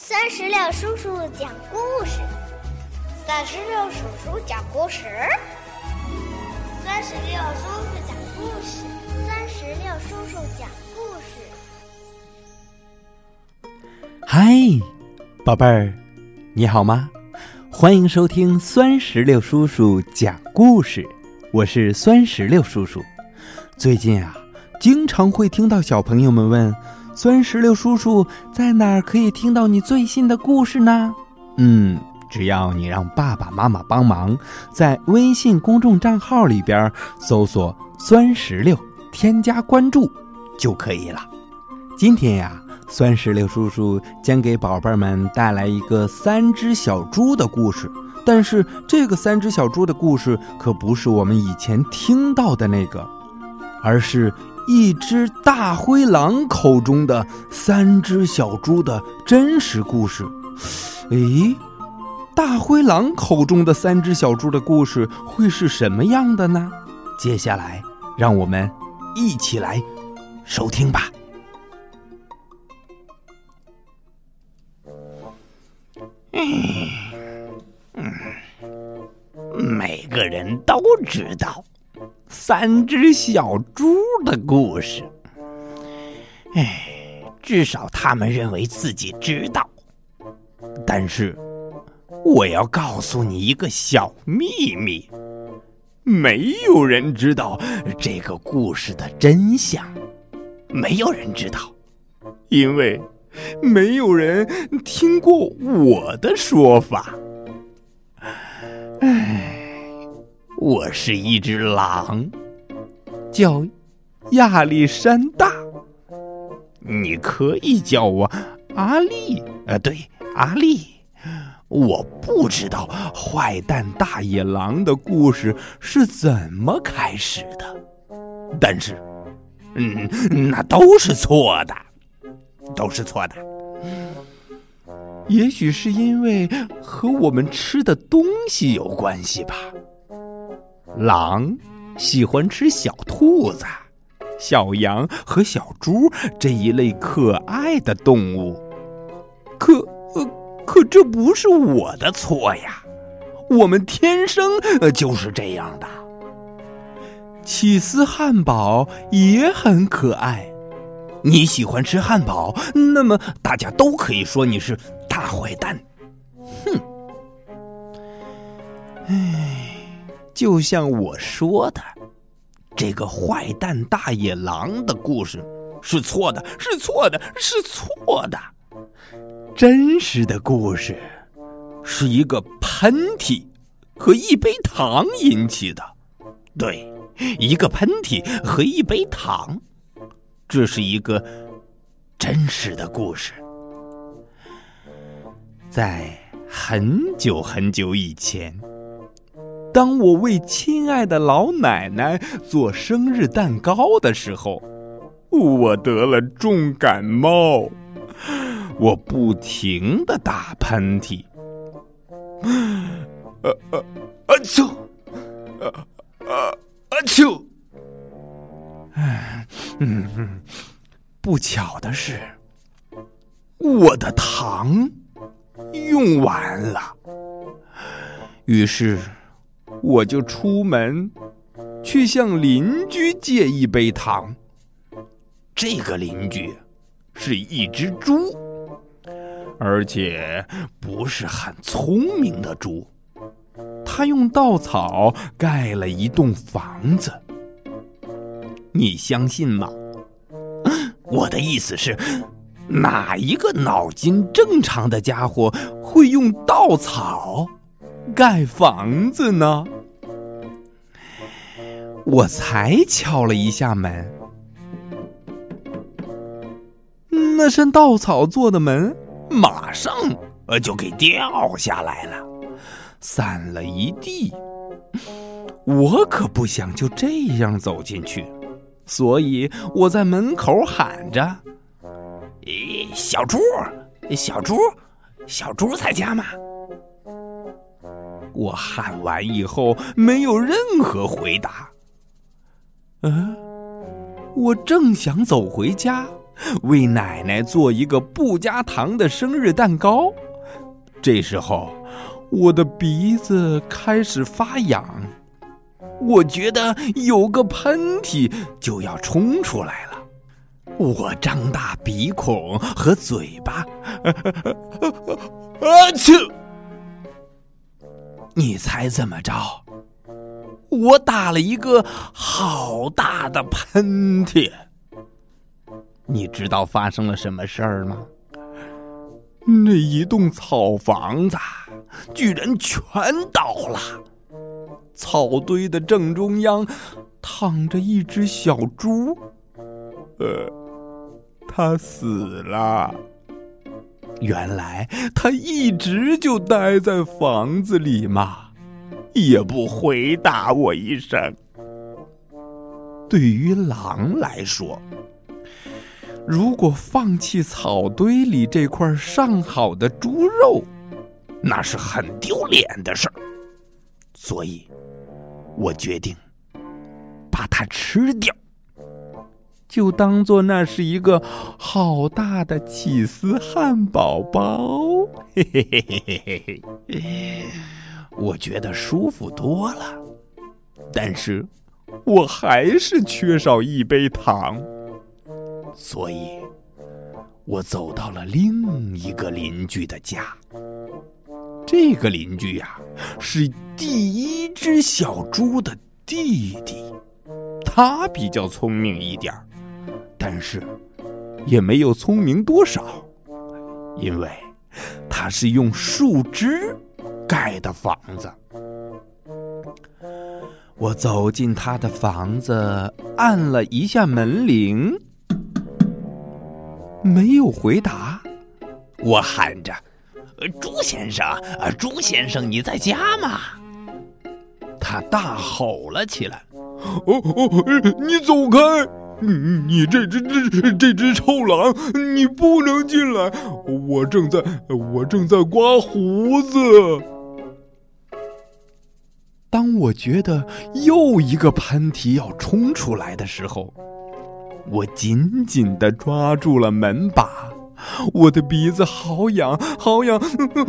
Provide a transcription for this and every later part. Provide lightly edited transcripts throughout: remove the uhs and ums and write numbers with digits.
36叔叔讲故事，36叔叔讲故事，36叔叔讲故事，36叔叔讲故事。 嗨，宝贝儿，你好吗？欢迎收听酸石榴叔叔讲故事，我是酸石榴叔叔。最近经常会听到小朋友们问，酸石榴叔叔在哪儿可以听到你最新的故事呢？只要你让爸爸妈妈帮忙，在微信公众账号里边搜索酸石榴，添加关注就可以了。今天酸石榴叔叔将给宝贝们带来一个3只小猪的故事，但是这个3只小猪的故事可不是我们以前听到的那个，而是一只大灰狼口中的3只小猪的真实故事。大灰狼口中的3只小猪的故事会是什么样的呢？接下来让我们一起来收听吧。 每个人都知道3只小猪的故事，至少他们认为自己知道。但是我要告诉你一个小秘密，没有人知道这个故事的真相，没有人知道，因为没有人听过我的说法。我是一只狼，叫亚历山大，你可以叫我阿力。对，阿力。我不知道坏蛋大野狼的故事是怎么开始的，但是那都是错的，都是错的。 也许是因为和我们吃的东西有关系吧。狼喜欢吃小兔子、小羊和小猪这一类可爱的动物。可这不是我的错呀，我们天生就是这样的。起司汉堡也很可爱，你喜欢吃汉堡，那么大家都可以说你是大坏蛋。就像我说的，这个坏蛋大野狼的故事是错的，是错的，是错的。真实的故事是一个喷嚏和一杯糖引起的。对，一个喷嚏和一杯糖，这是一个真实的故事。在很久很久以前，当我为亲爱的老奶奶做生日蛋糕的时候，我得了重感冒，我不停地打喷嚏，不巧的是，我的糖用完了，于是我就出门去向邻居借一杯糖。这个邻居是一只猪，而且不是很聪明的猪，他用稻草盖了一栋房子。你相信吗？我的意思是，哪一个脑筋正常的家伙会用稻草盖房子呢？我才敲了一下门，那扇稻草做的门马上就给掉下来了，散了一地。我可不想就这样走进去，所以我在门口喊着：小猪，小猪，小猪在家吗？我喊完以后没有任何回答。我正想走回家， 为奶奶做一个不加糖的生日蛋糕。这时候，我的鼻子开始发痒，我觉得有个喷嚏就要冲出来了。我张大鼻孔和嘴巴，啾！你猜怎么着？我打了一个好大的喷嚏。你知道发生了什么事儿吗？那一栋草房子居然全倒了，草堆的正中央躺着一只小猪，它死了。原来它一直就待在房子里嘛，也不回答我一声。对于狼来说，如果放弃草堆里这块上好的猪肉，那是很丢脸的事儿。所以，我决定把它吃掉，就当作那是一个好大的起司汉堡包。嘿嘿嘿嘿嘿嘿，我觉得舒服多了，但是我还是缺少一杯糖。所以我走到了另一个邻居的家。这个邻居呀，是第一只小猪的弟弟，他比较聪明一点，但是也没有聪明多少，因为他是用树枝盖的房子。我走进他的房子，按了一下门铃，没有回答。我喊着：“猪先生，猪先生，你在家吗？”他大吼了起来：“你走开！你这只臭狼，你不能进来！我正在刮胡子。”当我觉得又一个喷嚏要冲出来的时候，我紧紧地抓住了门把，我的鼻子好痒好痒，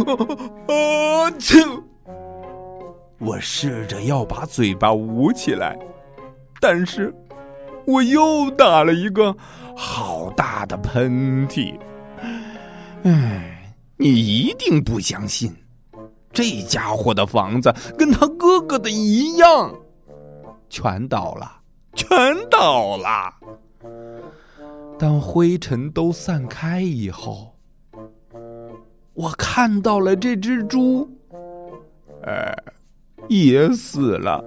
我试着要把嘴巴捂起来，但是我又打了一个好大的喷嚏。你一定不相信，这家伙的房子跟他哥哥的一样，全倒了。当灰尘都散开以后，我看到了这只猪，也死了。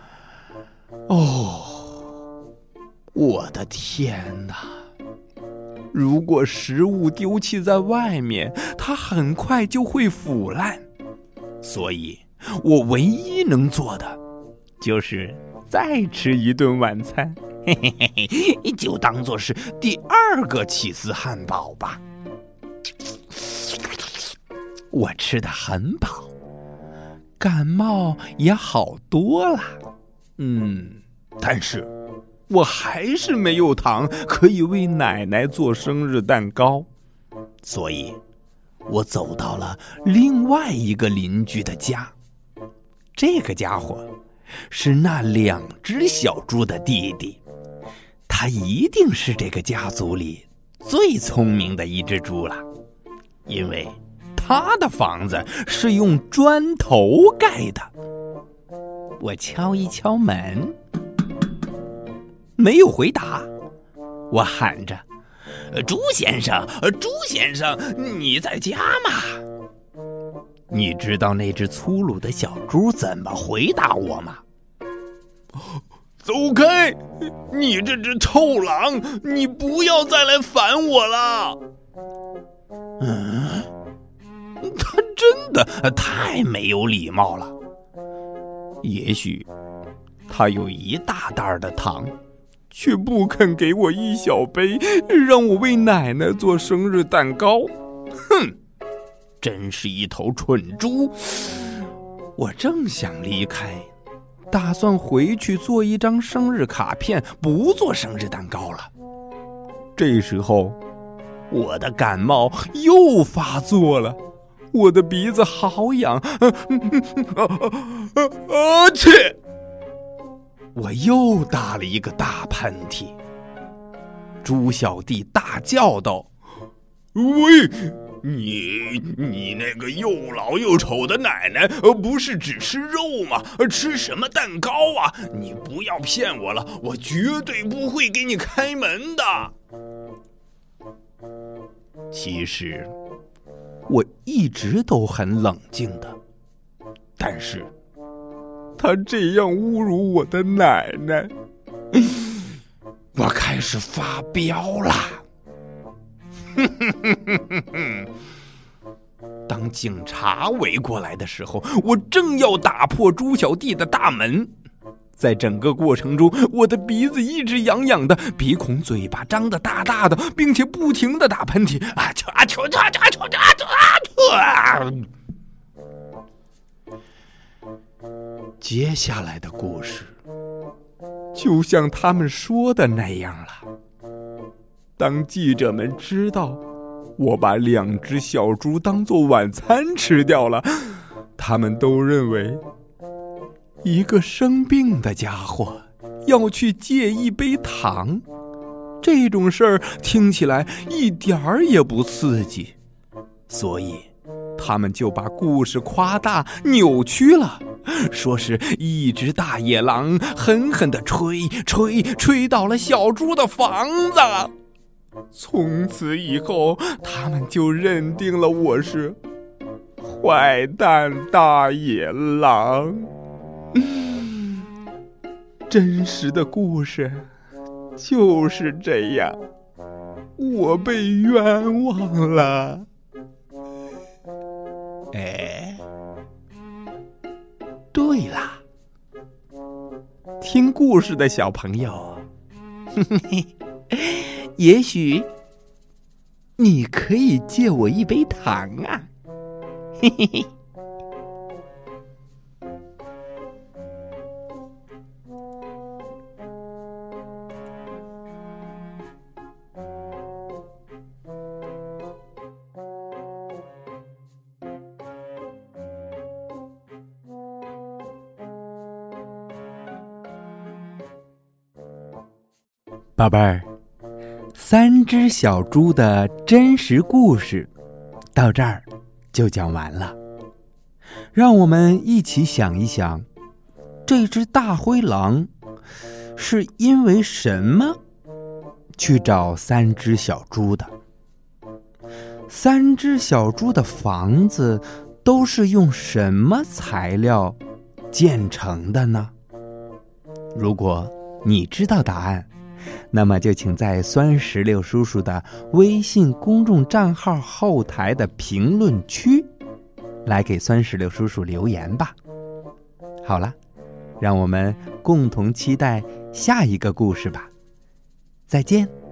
我的天哪！如果食物丢弃在外面，它很快就会腐烂。所以我唯一能做的就是再吃一顿晚餐，就当作是第二个起司汉堡吧。我吃得很饱，感冒也好多了。但是我还是没有糖可以为奶奶做生日蛋糕，所以我走到了另外一个邻居的家。这个家伙是那2只小猪的弟弟，他一定是这个家族里最聪明的一只猪了，因为他的房子是用砖头盖的。我敲一敲门，没有回答。我喊着：“猪先生，猪先生，你在家吗？”你知道那只粗鲁的小猪怎么回答我吗？走开！你这只臭狼，你不要再来烦我了。他真的太没有礼貌了。也许他有一大袋的糖，却不肯给我一小杯，让我为奶奶做生日蛋糕。真是一头蠢猪。我正想离开，打算回去做一张生日卡片，不做生日蛋糕了。 这时候，我的感冒又发作了，我的鼻子好痒，切！我又打了一个大喷嚏。猪小弟大叫道：“喂，你那个又老又丑的奶奶，不是只吃肉吗？吃什么蛋糕啊？你不要骗我了，我绝对不会给你开门的。”其实我一直都很冷静的，但是他这样侮辱我的奶奶，我开始发飙了。当警察围过来的时候，我正要打破猪小弟的大门。在整个过程中，我的鼻子一直痒痒的，鼻孔嘴巴张得大大的，并且不停地打喷嚏。接下来的故事就像他们说的那样了。当记者们知道我把2只小猪当作晚餐吃掉了，他们都认为一个生病的家伙要去借一杯糖，这种事儿听起来一点儿也不刺激，所以他们就把故事夸大扭曲了，说是一只大野狼狠狠地吹倒了小猪的房子。从此以后，他们就认定了我是坏蛋大野狼。真实的故事就是这样，我被冤枉了。对了，听故事的小朋友，也许你可以借我一杯糖啊，嘿嘿嘿。宝贝儿，3只小猪的真实故事到这儿就讲完了。让我们一起想一想，这只大灰狼是因为什么去找3只小猪的？3只小猪的房子都是用什么材料建成的呢？如果你知道答案，那么就请在酸石榴叔叔的微信公众账号后台的评论区来给酸石榴叔叔留言吧。好了，让我们共同期待下一个故事吧。再见。